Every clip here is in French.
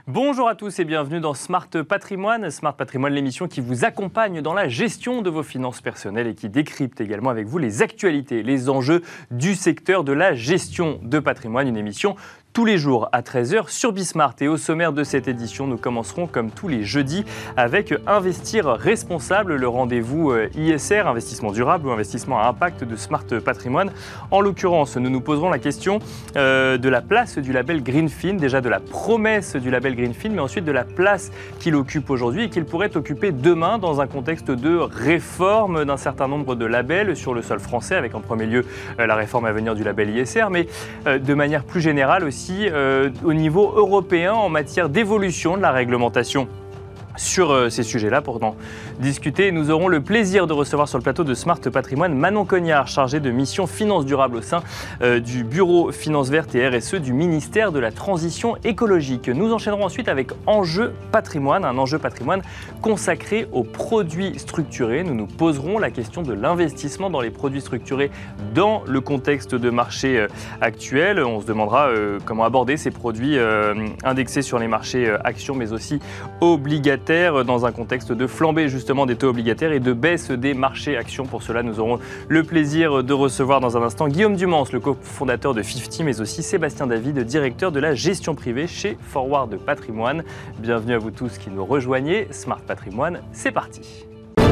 Bonjour à tous et bienvenue dans Smart Patrimoine. Smart Patrimoine, l'émission qui vous accompagne dans la gestion de vos finances personnelles et qui décrypte également avec vous les actualités, les enjeux du secteur de la gestion de patrimoine. Une émission tous les jours à 13h sur Bismart. Et au sommaire de cette édition, nous commencerons comme tous les jeudis avec Investir responsable, le rendez-vous ISR, investissement durable ou investissement à impact de Smart Patrimoine. En l'occurrence, nous nous poserons la question de la place du label Greenfin, déjà de la promesse du label Greenfin, mais ensuite de la place qu'il occupe aujourd'hui et qu'il pourrait occuper demain dans un contexte de réforme d'un certain nombre de labels sur le sol français, avec en premier lieu la réforme à venir du label ISR, mais de manière plus générale aussi au niveau européen en matière d'évolution de la réglementation. Sur ces sujets-là, pour en discuter, nous aurons le plaisir de recevoir sur le plateau de Smart Patrimoine Manon Cognard, chargée de mission Finances Durables au sein du Bureau Finances Vertes et RSE du ministère de la Transition écologique. Nous enchaînerons ensuite avec Enjeu Patrimoine, un enjeu patrimoine consacré aux produits structurés. Nous nous poserons la question de l'investissement dans les produits structurés dans le contexte de marché actuel. On se demandera comment aborder ces produits indexés sur les marchés actions, mais aussi obligataires, dans un contexte de flambée justement des taux obligataires et de baisse des marchés actions. Pour cela, nous aurons le plaisir de recevoir dans un instant Guillaume Dumans, le cofondateur de 50, mais aussi Sébastien David, directeur de la gestion privée chez Forward Patrimoine. Bienvenue à vous tous qui nous rejoignez. Smart Patrimoine, c'est parti.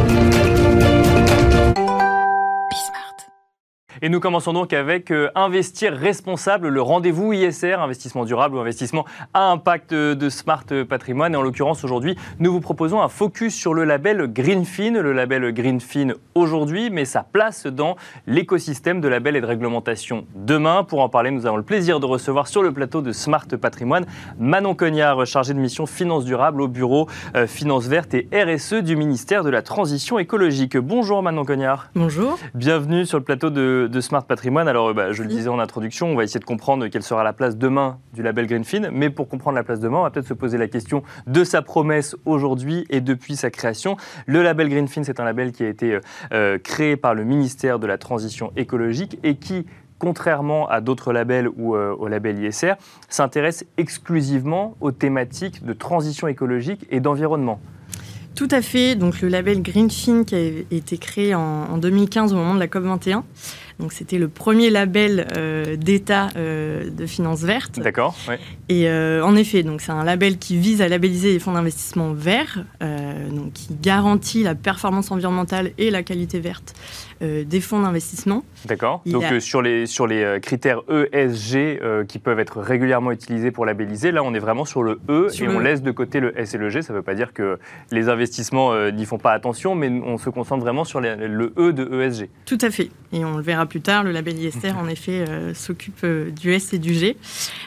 Et nous commençons donc avec Investir responsable, le rendez-vous ISR, investissement durable ou investissement à impact de Smart Patrimoine. Et en l'occurrence, aujourd'hui, nous vous proposons un focus sur le label Greenfin. Le label Greenfin aujourd'hui, mais sa place dans l'écosystème de labels et de réglementation demain. Pour en parler, nous avons le plaisir de recevoir sur le plateau de Smart Patrimoine Manon Cognard, chargée de mission Finances Durables au bureau Finances Vertes et RSE du ministère de la Transition écologique. Bonjour Manon Cognard. Bonjour. Bienvenue sur le plateau de Smart Patrimoine. Alors, je le disais en introduction, on va essayer de comprendre quelle sera la place demain du label Greenfin. Mais pour comprendre la place demain, on va peut-être se poser la question de sa promesse aujourd'hui et depuis sa création. Le label Greenfin, c'est un label qui a été créé par le ministère de la Transition écologique et qui, contrairement à d'autres labels ou au label ISR, s'intéresse exclusivement aux thématiques de transition écologique et d'environnement. Tout à fait. Donc, le label Greenfin qui a été créé en 2015 au moment de la COP21. Donc, c'était le premier label d'État de finances vertes. D'accord, oui. Et en effet, donc, c'est un label qui vise à labelliser les fonds d'investissement verts, donc, qui garantit la performance environnementale et la qualité verte des fonds d'investissement. D'accord. Donc, sur les critères ESG qui peuvent être régulièrement utilisés pour labelliser, là, on est vraiment sur le E on laisse de côté le S et le G. Ça ne veut pas dire que les investissements n'y font pas attention, mais on se concentre vraiment sur le E de ESG. Tout à fait. Et on le verra plus tard, le label ISR, en effet, s'occupe du S et du G.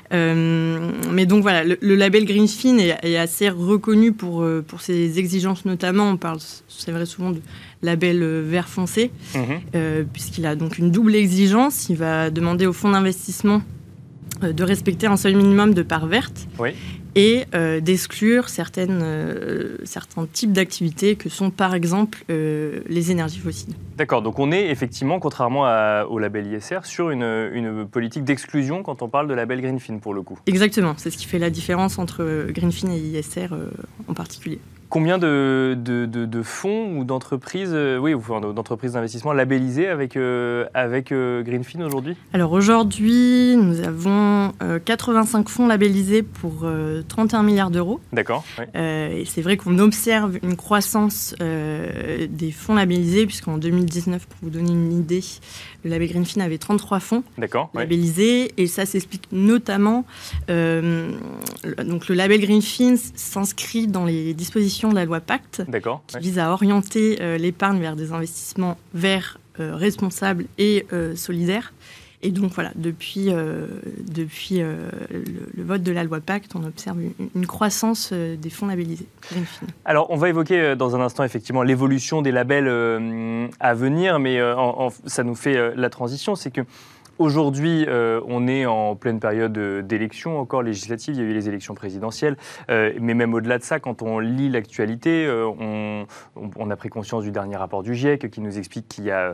Mais donc voilà, le label Greenfin est assez reconnu pour ses exigences, notamment. On parle, c'est vrai, souvent de label vert foncé, puisqu'il a donc une double exigence. Il va demander aux fonds d'investissement de respecter un seuil minimum de parts vertes. Oui. Et d'exclure certains types d'activités que sont par exemple les énergies fossiles. D'accord, donc on est effectivement, contrairement au label ISR, sur une politique d'exclusion quand on parle de label Greenfin pour le coup. Exactement, c'est ce qui fait la différence entre Greenfin et ISR en particulier. Combien de fonds ou d'entreprises, d'entreprises d'investissement labellisées avec Greenfin aujourd'hui ? Alors aujourd'hui, nous avons 85 fonds labellisés pour 31 milliards d'euros. D'accord. Oui. Et c'est vrai qu'on observe une croissance des fonds labellisés, puisqu'en 2019, pour vous donner une idée, le label Greenfin avait 33 fonds labellisés. Oui. Et ça s'explique notamment... donc le label Greenfin s'inscrit dans les dispositions de la loi Pacte, qui vise à orienter l'épargne vers des investissements verts, responsables et solidaires. Et donc voilà, depuis le vote de la loi Pacte, on observe une croissance des fonds labellisés. Greenfin. Alors on va évoquer dans un instant effectivement l'évolution des labels à venir, mais ça nous fait la transition, c'est que aujourd'hui, on est en pleine période d'élections encore législatives. Il y a eu les élections présidentielles. Mais même au-delà de ça, quand on lit l'actualité, on a pris conscience du dernier rapport du GIEC qui nous explique qu'il y a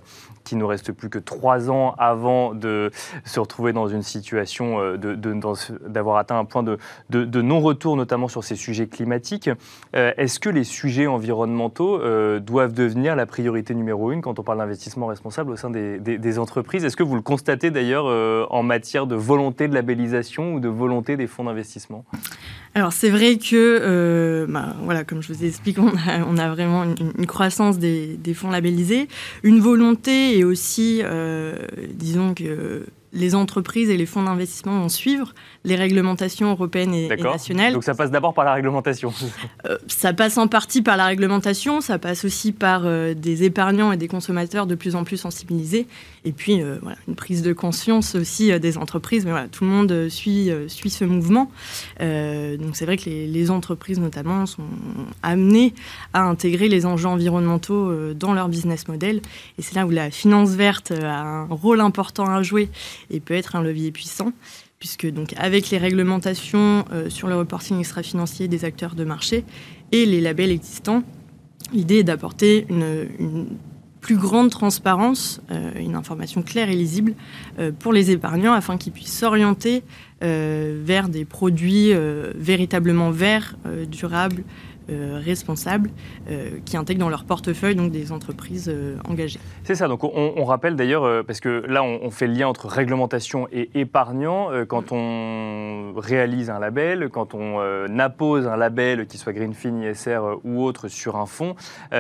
qu'il nous reste plus que 3 ans avant de se retrouver dans une situation d'avoir atteint un point de non-retour, notamment sur ces sujets climatiques. Est-ce que les sujets environnementaux doivent devenir la priorité numéro 1 quand on parle d'investissement responsable au sein des entreprises? Est-ce que vous le constatez d'ailleurs en matière de volonté de labellisation ou de volonté des fonds d'investissement? Alors c'est vrai que, voilà, comme je vous ai expliqué, on a vraiment une croissance des fonds labellisés, une volonté et aussi, disons que les entreprises et les fonds d'investissement vont suivre les réglementations européennes et nationales. Donc ça passe d'abord par la réglementation. Ça passe en partie par la réglementation, ça passe aussi par des épargnants et des consommateurs de plus en plus sensibilisés. Et puis voilà, une prise de conscience aussi des entreprises. Mais voilà, tout le monde suit ce mouvement. Donc c'est vrai que les entreprises notamment sont amenées à intégrer les enjeux environnementaux dans leur business model. Et c'est là où la finance verte a un rôle important à jouer et peut être un levier puissant, puisque donc avec les réglementations sur le reporting extra-financier des acteurs de marché et les labels existants, l'idée est d'apporter une plus grande transparence, une information claire et lisible pour les épargnants afin qu'ils puissent s'orienter vers des produits véritablement verts, durables, responsables, qui intègrent dans leur portefeuille donc des entreprises engagées. C'est ça, donc on rappelle d'ailleurs, parce que là on fait le lien entre réglementation et épargnant, quand on réalise un label, quand on appose un label, qu'il soit Greenfin, ISR ou autre, sur un fonds,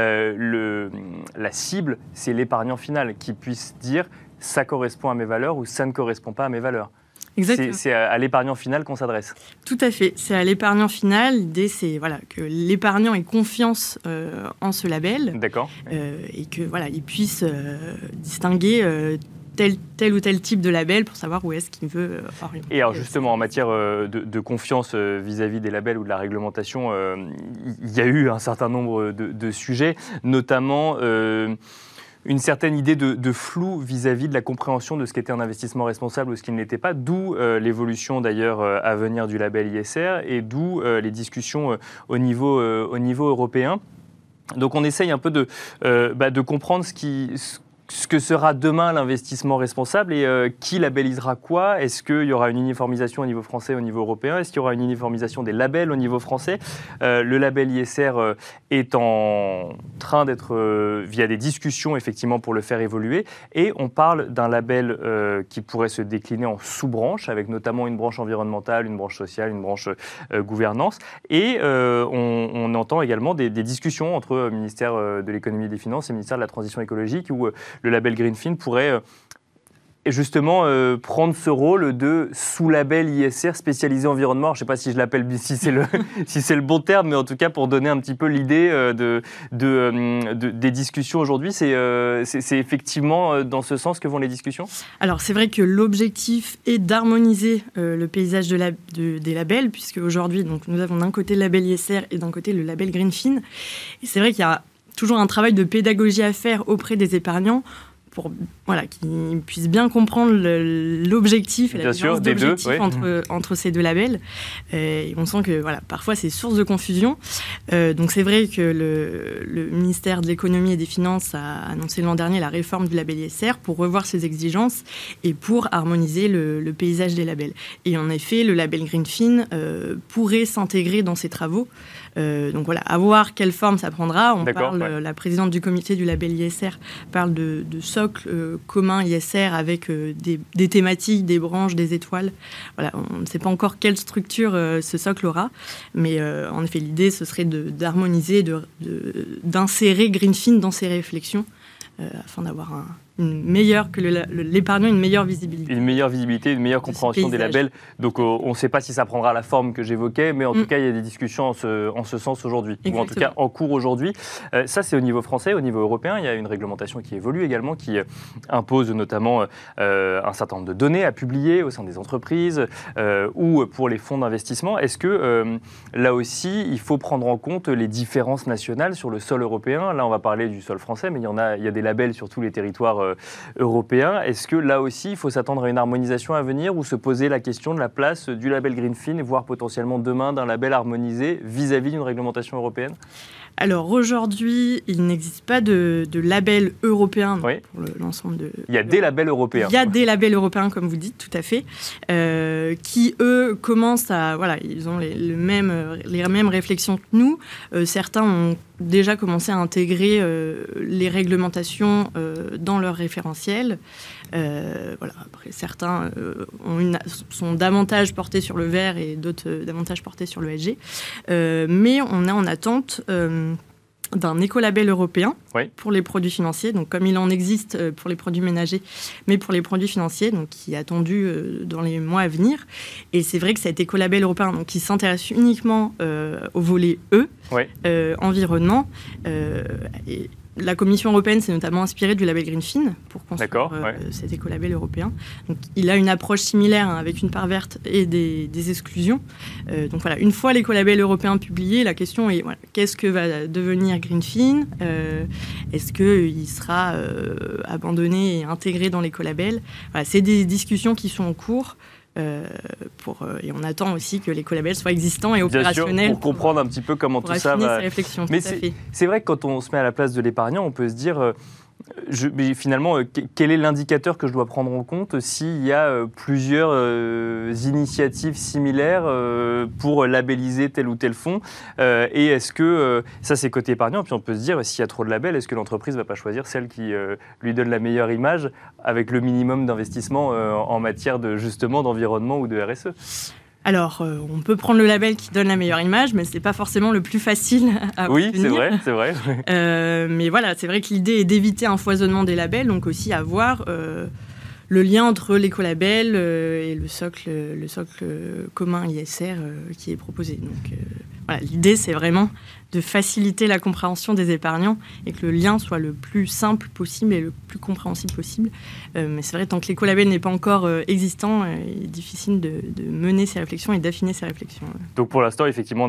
la cible, c'est l'épargnant final qui puisse dire ça correspond à mes valeurs ou ça ne correspond pas à mes valeurs. C'est à l'épargnant final qu'on s'adresse. Tout à fait. C'est à l'épargnant final. L'idée, c'est voilà, que l'épargnant ait confiance en ce label. D'accord. Et que voilà, il puisse distinguer tel ou tel type de label pour savoir où est-ce qu'il veut orienter. Et alors justement, en matière de confiance vis-à-vis des labels ou de la réglementation, il y a eu un certain nombre de sujets, notamment une certaine idée de flou vis-à-vis de la compréhension de ce qu'était un investissement responsable ou ce qui ne l'était pas, d'où l'évolution d'ailleurs à venir du label ISR et d'où les discussions au niveau européen. Donc on essaye un peu de comprendre ce que sera demain l'investissement responsable et qui labellisera quoi. Est-ce qu'il y aura une uniformisation au niveau français, au niveau européen? Est-ce qu'il y aura une uniformisation des labels au niveau français? Le label ISR est en train d'être, via des discussions effectivement pour le faire évoluer, et on parle d'un label qui pourrait se décliner en sous-branches, avec notamment une branche environnementale, une branche sociale, une branche gouvernance, et on entend également des discussions entre ministère de l'économie et des finances et ministère de la transition écologique, où le label Greenfin pourrait justement prendre ce rôle de sous-label ISR spécialisé environnement. Je ne sais pas si je l'appelle, si c'est le bon terme, mais en tout cas pour donner un petit peu l'idée des discussions aujourd'hui, c'est effectivement dans ce sens que vont les discussions? Alors c'est vrai que l'objectif est d'harmoniser le paysage des labels, puisque aujourd'hui donc, nous avons d'un côté le label ISR et d'un côté le label Greenfin. Et c'est vrai qu'il y a toujours un travail de pédagogie à faire auprès des épargnants pour qu'ils puissent bien comprendre l'objectif et la différence d'objectif entre ces deux labels. Et on sent que parfois c'est source de confusion. Donc c'est vrai que le ministère de l'économie et des finances a annoncé l'an dernier la réforme du label ISR pour revoir ses exigences et pour harmoniser le paysage des labels. Et en effet, le label Greenfin pourrait s'intégrer dans ces travaux. Donc voilà, à voir quelle forme ça prendra. La présidente du comité du label ISR parle de socle commun ISR avec des thématiques, des branches, des étoiles. Voilà, on ne sait pas encore quelle structure ce socle aura, mais en effet, l'idée, ce serait d'harmoniser, d'insérer Greenfin dans ses réflexions afin d'avoir l'épargnant une meilleure visibilité. Une meilleure visibilité, une meilleure compréhension des labels. Donc on ne sait pas si ça prendra la forme que j'évoquais, mais en tout cas, il y a des discussions en ce sens aujourd'hui, ou en tout cas en cours aujourd'hui. Ça, c'est au niveau français. Au niveau européen, il y a une réglementation qui évolue également, qui impose notamment un certain nombre de données à publier au sein des entreprises ou pour les fonds d'investissement. Est-ce que là aussi, il faut prendre en compte les différences nationales sur le sol européen? Là, on va parler du sol français, mais il y a des labels sur tous les territoires européen. Est-ce que là aussi, il faut s'attendre à une harmonisation à venir ou se poser la question de la place du label Greenfin, voire potentiellement demain d'un label harmonisé vis-à-vis d'une réglementation européenne? Alors aujourd'hui, il n'existe pas de label européen Oui. pour l'ensemble de... Il y a des labels européens. Il y a des labels européens, comme vous dites, tout à fait, qui, eux, commencent à... Voilà, ils ont les mêmes réflexions que nous. Certains ont déjà commencé à intégrer les réglementations dans leur référentiel. Voilà. Après, certains sont davantage portés sur le vert et d'autres davantage portés sur le ESG. Mais on est en attente d'un écolabel européen pour les produits financiers, donc comme il en existe pour les produits ménagers, mais pour les produits financiers, donc qui est attendu dans les mois à venir. Et c'est vrai que cet écolabel européen, donc qui s'intéresse uniquement au volet E, environnement, et la Commission européenne s'est notamment inspirée du label Greenfin pour construire cet écolabel européen. Donc, il a une approche similaire avec une part verte et des exclusions. Donc voilà, une fois l'écolabel européen publié, la question est qu'est-ce que va devenir Greenfin ? Est-ce qu'il sera abandonné et intégré dans l'écolabel ? Voilà, c'est des discussions qui sont en cours. Et on attend aussi que l'écolabel soit existant et opérationnel. Bien sûr, pour comprendre un petit peu comment tout ça va... Mais c'est vrai que quand on se met à la place de l'épargnant, on peut se dire... mais finalement, quel est l'indicateur que je dois prendre en compte s'il y a plusieurs initiatives similaires pour labelliser tel ou tel fonds et est-ce que, ça c'est côté épargnant, puis on peut se dire, s'il y a trop de labels, est-ce que l'entreprise ne va pas choisir celle qui lui donne la meilleure image avec le minimum d'investissement en matière justement d'environnement ou de RSE ? Alors, on peut prendre le label qui donne la meilleure image, mais ce n'est pas forcément le plus facile à obtenir. Oui, c'est vrai. Mais voilà, c'est vrai que l'idée est d'éviter un foisonnement des labels, donc aussi avoir le lien entre l'écolabel et le socle commun ISR qui est proposé. Donc, voilà, l'idée, c'est vraiment de faciliter la compréhension des épargnants et que le lien soit le plus simple possible et le plus compréhensible possible. Mais c'est vrai, tant que l'écolabel n'est pas encore existant, il est difficile de mener ces réflexions et d'affiner ces réflexions. Donc pour l'instant, effectivement,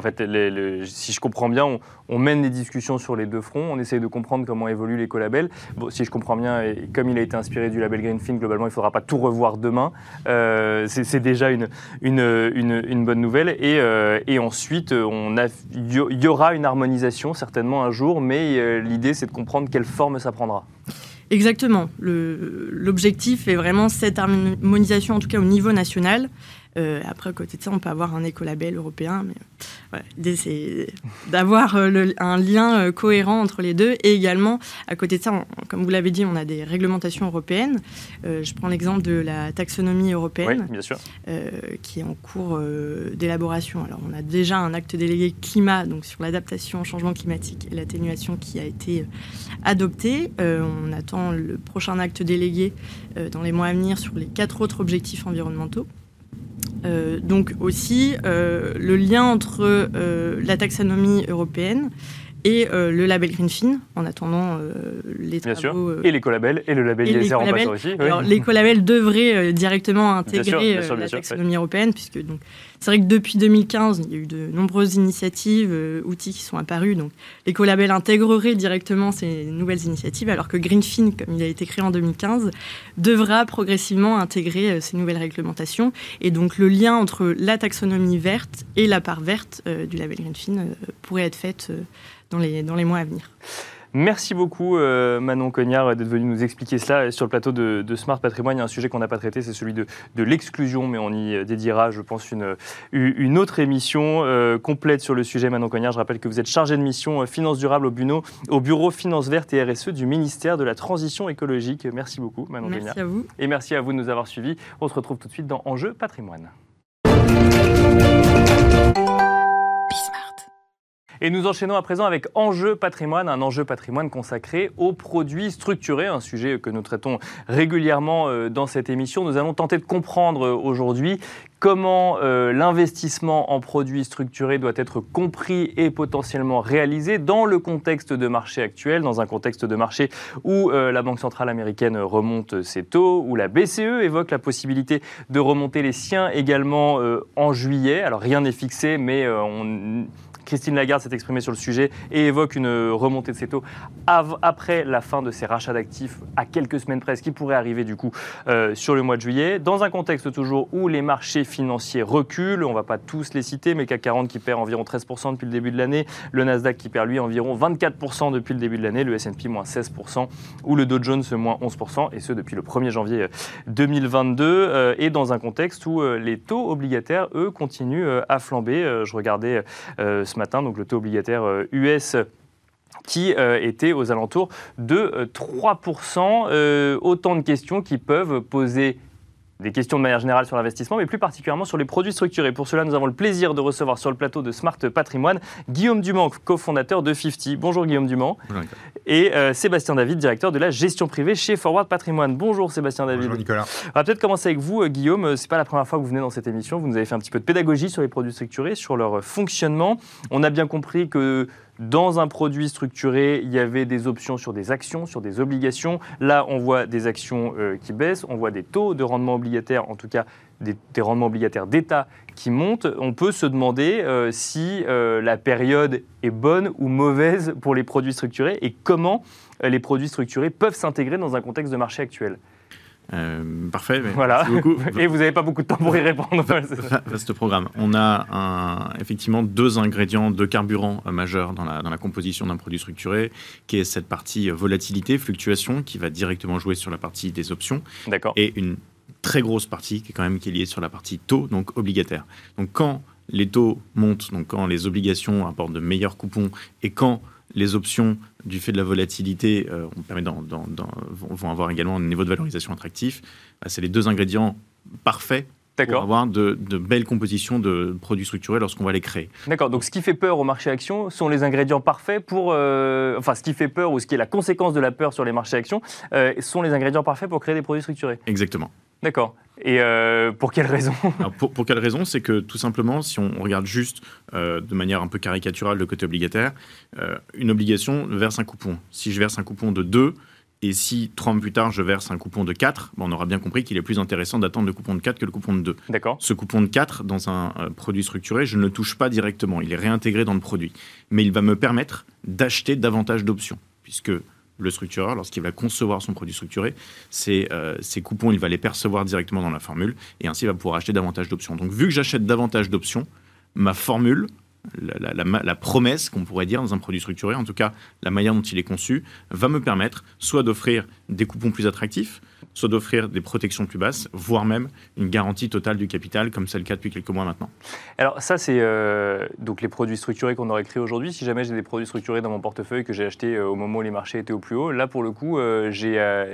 si je comprends bien, on mène des discussions sur les deux fronts, on essaye de comprendre comment évolue l'écolabel. Bon, si je comprends bien, et comme il a été inspiré du label Greenfin, globalement, il ne faudra pas tout revoir demain. C'est déjà une bonne nouvelle. Et ensuite, il y aura une harmonisation certainement un jour, mais l'idée c'est de comprendre quelle forme ça prendra. Exactement. L'objectif est vraiment cette harmonisation, en tout cas au niveau national. Après, à côté de ça, on peut avoir un écolabel européen, mais l'idée c'est d'avoir un lien cohérent entre les deux. Et également, à côté de ça, comme vous l'avez dit, on a des réglementations européennes. Je prends l'exemple de la taxonomie européenne, bien sûr. Qui est en cours d'élaboration. Alors, on a déjà un acte délégué climat, donc sur l'adaptation au changement climatique et l'atténuation qui a été adopté. On attend le prochain acte délégué dans les mois à venir sur les 4 autres objectifs environnementaux. Donc aussi le lien entre la taxonomie européenne et le label Greenfin, en attendant les travaux... Bien sûr, et l'écolabel, et le label ISR en passant aussi. Alors, l'écolabel devrait directement intégrer la taxonomie européenne, puisque donc, c'est vrai que depuis 2015, il y a eu de nombreuses initiatives, outils qui sont apparus. Donc, l'écolabel intégrerait directement ces nouvelles initiatives, alors que Greenfin, comme il a été créé en 2015, devra progressivement intégrer ces nouvelles réglementations. Et donc, le lien entre la taxonomie verte et la part verte du label Greenfin pourrait être fait dans les mois à venir. Merci beaucoup Manon Cognard d'être venue nous expliquer cela sur le plateau de Smart Patrimoine. Il y a un sujet qu'on n'a pas traité, c'est celui de l'exclusion, mais on y dédiera, je pense, une autre émission complète sur le sujet. Manon Cognard, je rappelle que vous êtes chargée de mission Finances durables au bureau Finances vertes et RSE du ministère de la Transition écologique. Merci beaucoup Manon Cognard. Merci à vous. Et merci à vous de nous avoir suivis. On se retrouve tout de suite dans Enjeu Patrimoine. Et nous enchaînons à présent avec Enjeu Patrimoine, un enjeu patrimoine consacré aux produits structurés, un sujet que nous traitons régulièrement dans cette émission. Nous allons tenter de comprendre aujourd'hui comment l'investissement en produits structurés doit être compris et potentiellement réalisé dans le contexte de marché actuel, dans un contexte de marché où la Banque centrale américaine remonte ses taux, où la BCE évoque la possibilité de remonter les siens également en juillet. Alors rien n'est fixé, mais Christine Lagarde s'est exprimée sur le sujet et évoque une remontée de ces taux après la fin de ces rachats d'actifs à quelques semaines près, qui pourrait arriver du coup sur le mois de juillet, dans un contexte toujours où les marchés financiers reculent. On ne va pas tous les citer, mais CAC 40 qui perd environ 13% depuis le début de l'année, le Nasdaq qui perd lui environ 24% depuis le début de l'année, le S&P moins 16% ou le Dow Jones moins 11%, et ce depuis le 1er janvier 2022, et dans un contexte où les taux obligataires, eux, continuent à flamber. Je regardais ce matin donc le taux obligataire US qui était aux alentours de 3%. Autant de questions qui peuvent poser des questions de manière générale sur l'investissement, mais plus particulièrement sur les produits structurés. Pour cela, nous avons le plaisir de recevoir sur le plateau de Smart Patrimoine Guillaume Dumont, cofondateur de 50. Bonjour Guillaume Dumont. Bonjour. Et Sébastien David, directeur de la gestion privée chez Forward Patrimoine. Bonjour Sébastien David. Bonjour Nicolas. On va peut-être commencer avec vous Guillaume. C'est pas la première fois que vous venez dans cette émission. Vous nous avez fait un petit peu de pédagogie sur les produits structurés, sur leur fonctionnement. On a bien compris que dans un produit structuré, il y avait des options sur des actions, sur des obligations. Là, on voit des actions qui baissent, on voit des taux de rendement obligataire, en tout cas des rendements obligataires d'État qui montent. On peut se demander si la période est bonne ou mauvaise pour les produits structurés et comment les produits structurés peuvent s'intégrer dans un contexte de marché actuel. Parfait. Voilà. Merci beaucoup. Et vous n'avez pas beaucoup de temps pour y répondre. Vaste programme. On a effectivement deux ingrédients, deux carburants majeurs dans la composition d'un produit structuré, qui est cette partie volatilité, fluctuation, qui va directement jouer sur la partie des options. D'accord. Et une très grosse partie qui est liée sur la partie taux, donc obligataire. Donc quand les taux montent, donc quand les obligations apportent de meilleurs coupons et quand les options, du fait de la volatilité, vont avoir également un niveau de valorisation attractif. C'est les deux ingrédients parfaits pour avoir de belles compositions de produits structurés lorsqu'on va les créer. D'accord, donc ce qui fait peur au marché actions sont les ingrédients parfaits pour... ce qui fait peur ou ce qui est la conséquence de la peur sur les marchés actions sont les ingrédients parfaits pour créer des produits structurés. Exactement. D'accord. Et pour quelle raison ? Alors pour quelle raison ? C'est que tout simplement, si on regarde juste de manière un peu caricaturale le côté obligataire, une obligation verse un coupon. Si je verse un coupon de 2 et si 3 mois plus tard je verse un coupon de 4, on aura bien compris qu'il est plus intéressant d'attendre le coupon de 4 que le coupon de 2. D'accord. Ce coupon de 4, dans un produit structuré, je ne le touche pas directement. Il est réintégré dans le produit. Mais il va me permettre d'acheter davantage d'options, puisque le structureur, lorsqu'il va concevoir son produit structuré, ces coupons, il va les percevoir directement dans la formule et ainsi il va pouvoir acheter davantage d'options. Donc vu que j'achète davantage d'options, ma formule, la promesse qu'on pourrait dire dans un produit structuré, en tout cas la manière dont il est conçu, va me permettre soit d'offrir des coupons plus attractifs, soit d'offrir des protections plus basses, voire même une garantie totale du capital, comme c'est le cas depuis quelques mois maintenant. Alors ça, c'est donc les produits structurés qu'on aurait créés aujourd'hui. Si jamais j'ai des produits structurés dans mon portefeuille que j'ai achetés au moment où les marchés étaient au plus haut, là pour le coup, j'ai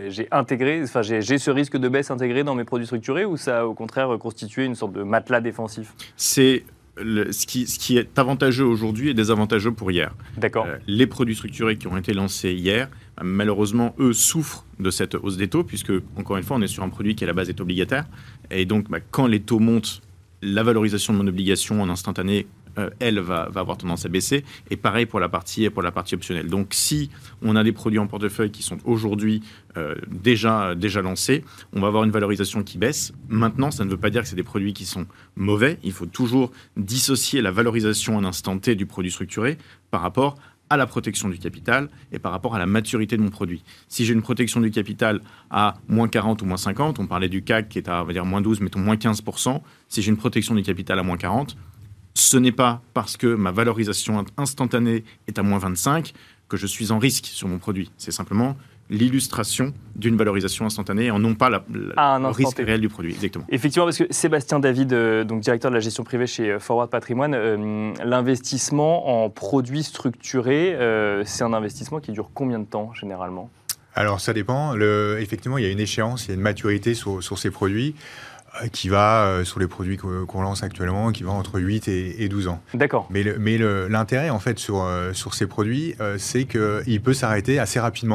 ce risque de baisse intégré dans mes produits structurés ou ça a au contraire constitué une sorte de matelas défensif ? C'est ce qui est avantageux aujourd'hui et désavantageux pour hier. D'accord. Les produits structurés qui ont été lancés hier, malheureusement, eux souffrent de cette hausse des taux, puisque, encore une fois, on est sur un produit qui à la base est obligataire. Et donc, quand les taux montent, la valorisation de mon obligation en instantané, elle va avoir tendance à baisser. Et pareil pour la partie optionnelle. Donc, si on a des produits en portefeuille qui sont aujourd'hui déjà lancés, on va avoir une valorisation qui baisse. Maintenant, ça ne veut pas dire que c'est des produits qui sont mauvais. Il faut toujours dissocier la valorisation à un instant T du produit structuré par rapport à la protection du capital et par rapport à la maturité de mon produit. Si j'ai une protection du capital à moins 40 ou moins 50, on parlait du CAC qui est à, on va dire, moins 12, mettons moins 15%. Si j'ai une protection du capital à moins 40, ce n'est pas parce que ma valorisation instantanée est à moins 25 que je suis en risque sur mon produit. C'est simplement l'illustration d'une valorisation instantanée et non pas le risque réel du produit. Exactement. Effectivement, parce que Sébastien David, donc directeur de la gestion privée chez Forward Patrimoine, l'investissement en produits structurés, c'est un investissement qui dure combien de temps généralement ? Alors ça dépend. Effectivement, il y a une échéance, il y a une maturité sur ces produits qui va, sur les produits qu'on lance actuellement, qui va entre 8 et 12 ans. D'accord. Mais l'intérêt, en fait, sur ces produits, c'est qu'il peut s'arrêter assez rapidement.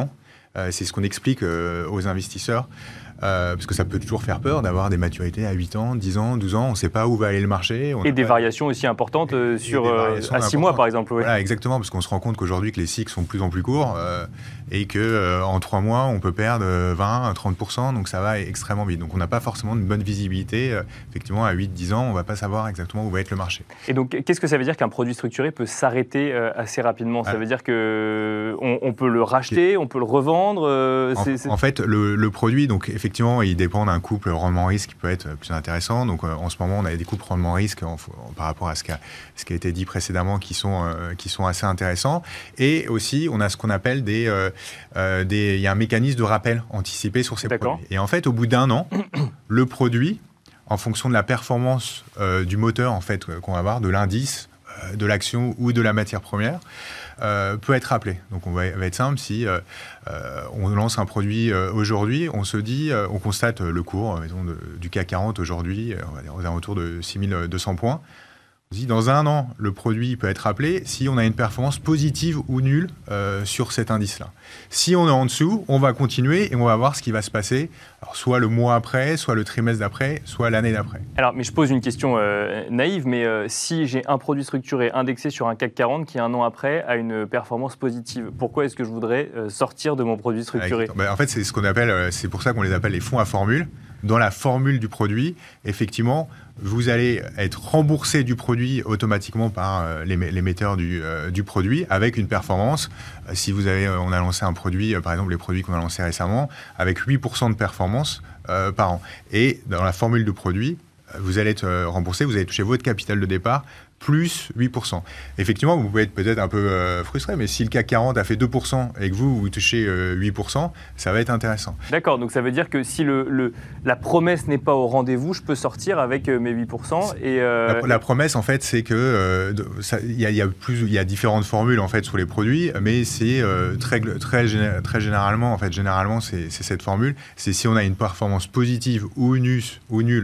C'est ce qu'on explique aux investisseurs. Parce que ça peut toujours faire peur d'avoir des maturités à 8 ans, 10 ans, 12 ans, on ne sait pas où va aller le marché. Et des variations aussi importantes à 6 mois par exemple. Oui. Voilà, exactement, parce qu'on se rend compte qu'aujourd'hui que les cycles sont de plus en plus courts et qu'en 3 mois, on peut perdre 20, 30%, donc ça va extrêmement vite. Donc on n'a pas forcément une bonne visibilité. Effectivement, à 8, 10 ans, on ne va pas savoir exactement où va être le marché. Et donc, qu'est-ce que ça veut dire qu'un produit structuré peut s'arrêter assez rapidement ? Ça veut dire qu'on peut le racheter, on peut le revendre En fait, le produit, donc effectivement, il dépend d'un couple rendement-risque qui peut être plus intéressant. Donc, en ce moment, on a des couples rendement-risque par rapport à ce qui a été dit précédemment qui sont assez intéressants. Et aussi, on a ce qu'on appelle il y a un mécanisme de rappel anticipé sur ces produits. Et en fait, au bout d'1 an, le produit, en fonction de la performance du moteur en fait, qu'on va avoir, de l'indice, de l'action ou de la matière première, peut être rappelé. Donc on va être simple, si on lance un produit aujourd'hui, on se dit, on constate le cours du CAC 40 aujourd'hui, on va dire aux alentours de 6200 points. On se dit, dans 1 an, le produit peut être rappelé si on a une performance positive ou nulle sur cet indice-là. Si on est en dessous, on va continuer et on va voir ce qui va se passer, alors, soit le mois après, soit le trimestre d'après, soit l'année d'après. Alors, mais je pose une question naïve, mais si j'ai un produit structuré indexé sur un CAC 40 qui, 1 an après, a une performance positive, pourquoi est-ce que je voudrais sortir de mon produit structuré ? En fait, c'est ce qu'on appelle, c'est pour ça qu'on les appelle les fonds à formule. Dans la formule du produit, effectivement, vous allez être remboursé du produit automatiquement par l'émetteur du produit avec une performance. Si on a lancé un produit, par exemple les produits qu'on a lancés récemment, avec 8% de performance par an. Et dans la formule de produit, vous allez être remboursé, vous allez toucher votre capital de départ plus 8%. Effectivement, vous pouvez être peut-être un peu frustré, mais si le CAC 40 a fait 2% et que vous touchez 8%, ça va être intéressant. D'accord, donc ça veut dire que si la promesse n'est pas au rendez-vous, je peux sortir avec mes 8%. La promesse, en fait, c'est que il y a différentes formules en fait sur les produits, mais c'est très généralement, en fait, c'est cette formule. C'est si on a une performance positive ou nulle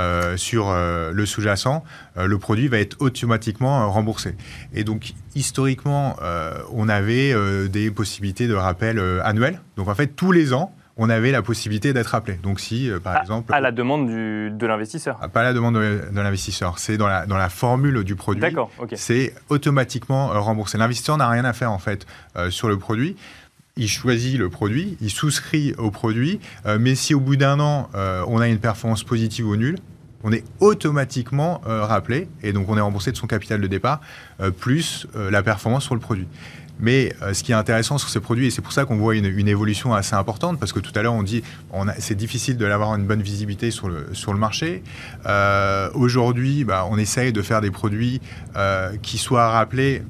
sur le sous-jacent, le produit va être automatiquement remboursé. Et donc, historiquement, on avait des possibilités de rappel annuels. Donc, en fait, tous les ans, on avait la possibilité d'être rappelé. Donc, si, par exemple... À la demande de l'investisseur. Pas à la demande de l'investisseur. C'est dans la formule du produit. D'accord, ok. C'est automatiquement remboursé. L'investisseur n'a rien à faire, en fait, sur le produit. Il choisit le produit, il souscrit au produit, mais si au bout d'1 an, on a une performance positive ou nulle, on est automatiquement rappelé, et donc on est remboursé de son capital de départ, plus la performance sur le produit. Mais ce qui est intéressant sur ces produits, et c'est pour ça qu'on voit une évolution assez importante, parce que tout à l'heure on dit c'est difficile de l'avoir une bonne visibilité sur le marché. Aujourd'hui, on essaye de faire des produits qui soient rappelés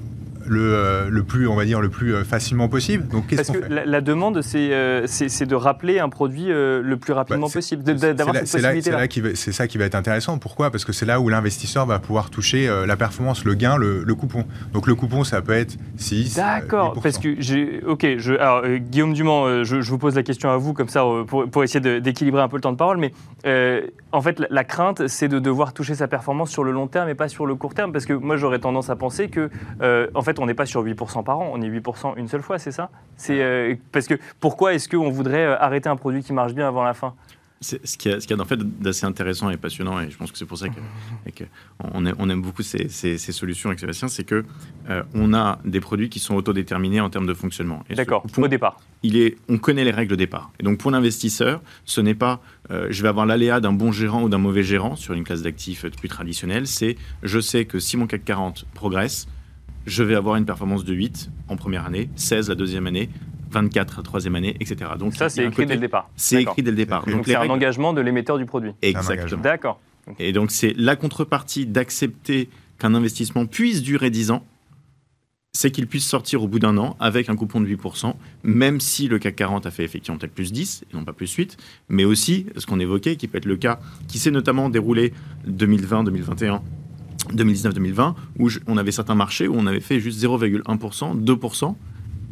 le plus facilement possible. Donc, qu'est-ce qu'on fait ? La demande, c'est de rappeler un produit le plus rapidement possible, d'avoir cette possibilité-là. C'est ça qui va être intéressant. Pourquoi ? Parce que c'est là où l'investisseur va pouvoir toucher la performance, le gain, le coupon. Donc le coupon, ça peut être 6, D'accord, 8%. parce que alors Guillaume Dumont, je vous pose la question à vous, comme ça, pour essayer d'équilibrer un peu le temps de parole, mais en fait, la crainte, c'est de devoir toucher sa performance sur le long terme et pas sur le court terme, parce que moi, j'aurais tendance à penser que, en fait, on n'est pas sur 8% par an, on est 8% une seule fois, c'est ça ? Parce que pourquoi est-ce qu'on voudrait arrêter un produit qui marche bien avant la fin ? Ce qu'il y a en fait d'assez intéressant et passionnant, et je pense que c'est pour ça qu'on aime beaucoup ces solutions avec Sébastien, c'est qu'on a des produits qui sont autodéterminés en termes de fonctionnement. Et d'accord, au départ. On connaît les règles de départ. Et donc pour l'investisseur, ce n'est pas je vais avoir l'aléa d'un bon gérant ou d'un mauvais gérant sur une classe d'actifs plus traditionnelle, c'est je sais que si mon CAC 40 progresse, je vais avoir une performance de 8 en première année, 16 la deuxième année, 24 la troisième année, etc. Donc ça, c'est écrit dès le départ. C'est écrit dès le départ. Donc c'est un engagement de l'émetteur du produit. Exactement. D'accord. Et donc c'est la contrepartie d'accepter qu'un investissement puisse durer 10 ans, c'est qu'il puisse sortir au bout d'1 an avec un coupon de 8%, même si le CAC 40 a fait effectivement peut-être plus 10 et non pas plus 8, mais aussi, ce qu'on évoquait, qui peut être le cas, qui s'est notamment déroulé 2020, 2021, 2019-2020, où on avait certains marchés où on avait fait juste 0,1%, 2%,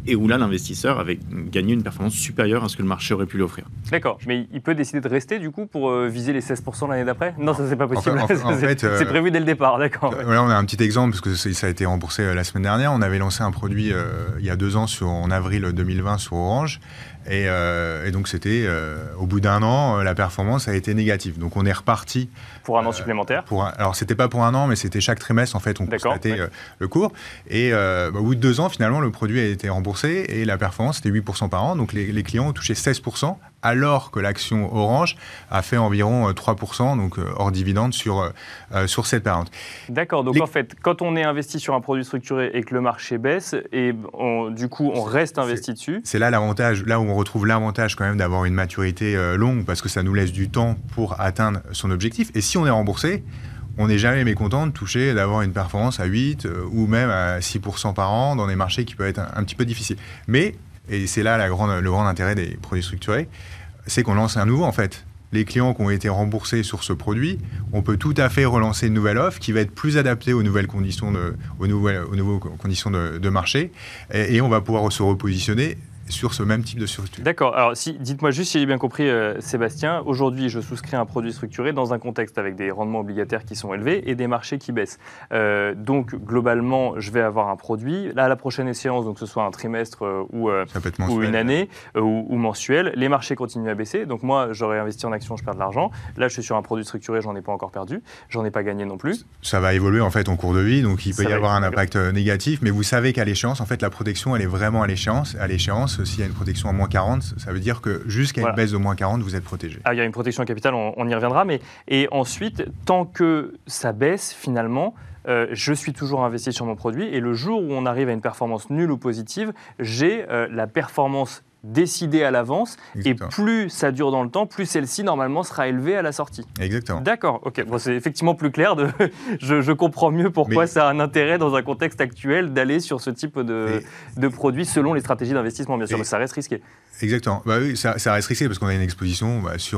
et où là, l'investisseur avait gagné une performance supérieure à ce que le marché aurait pu lui offrir. D'accord, mais il peut décider de rester du coup pour viser les 16% l'année d'après? Non, ça c'est pas possible. En fait, c'est prévu dès le départ, d'accord. Là, on a un petit exemple, parce que ça a été remboursé la semaine dernière. On avait lancé un produit il y a 2 ans, en avril 2020, sur Orange. Et donc, c'était au bout d'1 an, la performance a été négative. Donc, on est reparti. Pour un an supplémentaire? Alors, c'était pas pour 1 an, mais c'était chaque trimestre, en fait, on constatait le cours. Et au bout de 2 ans, finalement, le produit a été remboursé et la performance, c'était 8% par an. Donc, les clients ont touché 16%, alors que l'action Orange a fait environ 3%, donc hors dividende, sur cette période. D'accord, donc en fait, quand on est investi sur un produit structuré et que le marché baisse, et du coup, on reste investi dessus. C'est là l'avantage, là où on retrouve l'avantage quand même d'avoir une maturité longue, parce que ça nous laisse du temps pour atteindre son objectif. Et si on est remboursé, on n'est jamais mécontent de toucher, d'avoir une performance à 8 ou même à 6% par an dans des marchés qui peuvent être un petit peu difficiles. Mais, et c'est là le grand intérêt des produits structurés, c'est qu'on lance un nouveau en fait. Les clients qui ont été remboursés sur ce produit, on peut tout à fait relancer une nouvelle offre qui va être plus adaptée aux nouvelles conditions de marché et on va pouvoir se repositionner sur ce même type de structure. D'accord. Alors, dites-moi juste si j'ai bien compris, Sébastien. Aujourd'hui, je souscris un produit structuré dans un contexte avec des rendements obligataires qui sont élevés et des marchés qui baissent. Donc, globalement, je vais avoir un produit. Là, à la prochaine échéance, donc que ce soit un trimestre ou une année ou mensuel, les marchés continuent à baisser. Donc, moi, j'aurais investi en action, je perds de l'argent. Là, je suis sur un produit structuré, j'en ai pas encore perdu. J'en ai pas gagné non plus. Ça va évoluer en fait en cours de vie, donc il peut y avoir un impact négatif. Mais vous savez qu'à l'échéance, en fait, la protection, elle est vraiment à l'échéance. À l'échéance, s'il y a une protection à moins 40, ça veut dire que jusqu'à une baisse de moins 40, vous êtes protégé. Ah, il y a une protection à capital, on y reviendra. Et ensuite, tant que ça baisse, finalement, je suis toujours investi sur mon produit. Et le jour où on arrive à une performance nulle ou positive, j'ai la performance décidée à l'avance. Exactement. Et plus ça dure dans le temps, plus celle-ci, normalement, sera élevée à la sortie. Exactement. D'accord, ok. Bon, c'est effectivement plus clair. Je comprends mieux pourquoi ça a un intérêt dans un contexte actuel d'aller sur ce type de produit selon les stratégies d'investissement. Bien sûr, mais ça reste risqué. Exactement. Bah oui, ça reste risqué parce qu'on a une exposition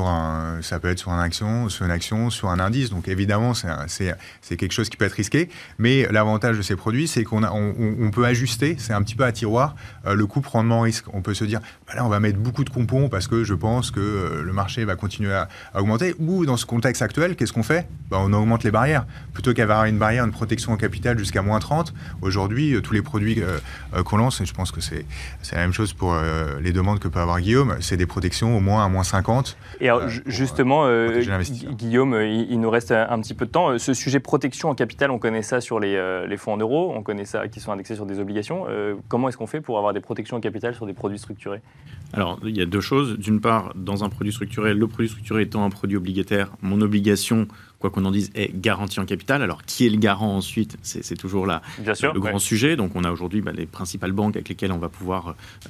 ça peut être sur une action, sur un indice. Donc évidemment, c'est quelque chose qui peut être risqué. Mais l'avantage de ces produits, c'est qu'on peut ajuster, c'est un petit peu à tiroir, le couple rendement-risque. On peut se dire, là, on va mettre beaucoup de compons parce que je pense que le marché va continuer à augmenter. Ou dans ce contexte actuel, qu'est-ce qu'on fait ? On augmente les barrières. Plutôt qu'avoir une barrière, une protection en capital jusqu'à moins 30, aujourd'hui, tous les produits qu'on lance, et je pense que c'est la même chose pour les demandes que peut avoir Guillaume, c'est des protections au moins à moins 50. Et alors, justement, Guillaume, il nous reste un petit peu de temps. Ce sujet protection en capital, on connaît ça sur les fonds en euros, on connaît ça qui sont indexés sur des obligations. Comment est-ce qu'on fait pour avoir des protections en capital sur des produits structurés ? Alors, il y a 2 choses. D'une part, dans un produit structuré, le produit structuré étant un produit obligataire, mon obligation, quoi qu'on en dise, est garantie en capital. Alors, qui est le garant ensuite ? C'est toujours le grand sujet. Donc, on a aujourd'hui les principales banques avec lesquelles on va pouvoir...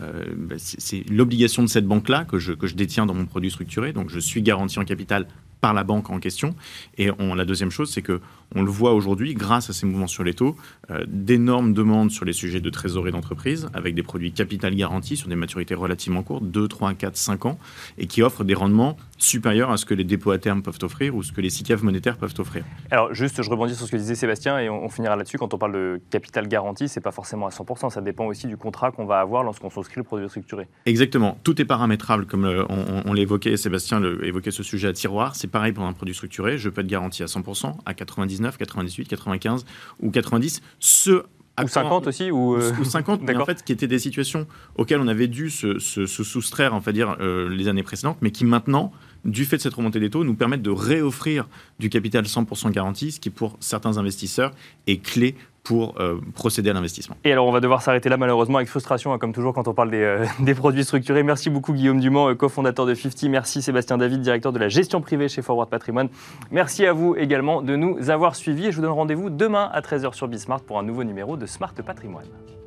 c'est l'obligation de cette banque-là que je détiens dans mon produit structuré. Donc, je suis garanti en capital par la banque en question. Et la deuxième chose, c'est qu'on le voit aujourd'hui, grâce à ces mouvements sur les taux, d'énormes demandes sur les sujets de trésorerie d'entreprise, avec des produits capital garantis sur des maturités relativement courtes, 2, 3, 4, 5 ans, et qui offrent des rendements supérieurs à ce que les dépôts à terme peuvent offrir ou ce que les SICAV monétaires peuvent offrir. Alors juste, je rebondis sur ce que disait Sébastien et on finira là-dessus. Quand on parle de capital garanti, c'est pas forcément à 100%, ça dépend aussi du contrat qu'on va avoir lorsqu'on souscrit le produit structuré. Exactement, tout est paramétrable, comme on l'évoquait, Sébastien évoquait ce sujet à tiroir. C'est pareil pour un produit structuré, je peux être garanti à 100%, à 99, 98, 95 ou 90, ou 50 aussi ou 50, mais en fait, qui étaient des situations auxquelles on avait dû se soustraire, on va dire, les années précédentes, mais qui maintenant, du fait de cette remontée des taux, nous permettent de réoffrir du capital 100% garanti, ce qui, pour certains investisseurs, est clé pour procéder à l'investissement. Et alors, on va devoir s'arrêter là, malheureusement, avec frustration, hein, comme toujours quand on parle des produits structurés. Merci beaucoup, Guillaume Dumont, cofondateur de 50. Merci, Sébastien David, directeur de la gestion privée chez Forward Patrimoine. Merci à vous également de nous avoir suivis. Et je vous donne rendez-vous demain à 13h sur Bismart pour un nouveau numéro de Smart Patrimoine.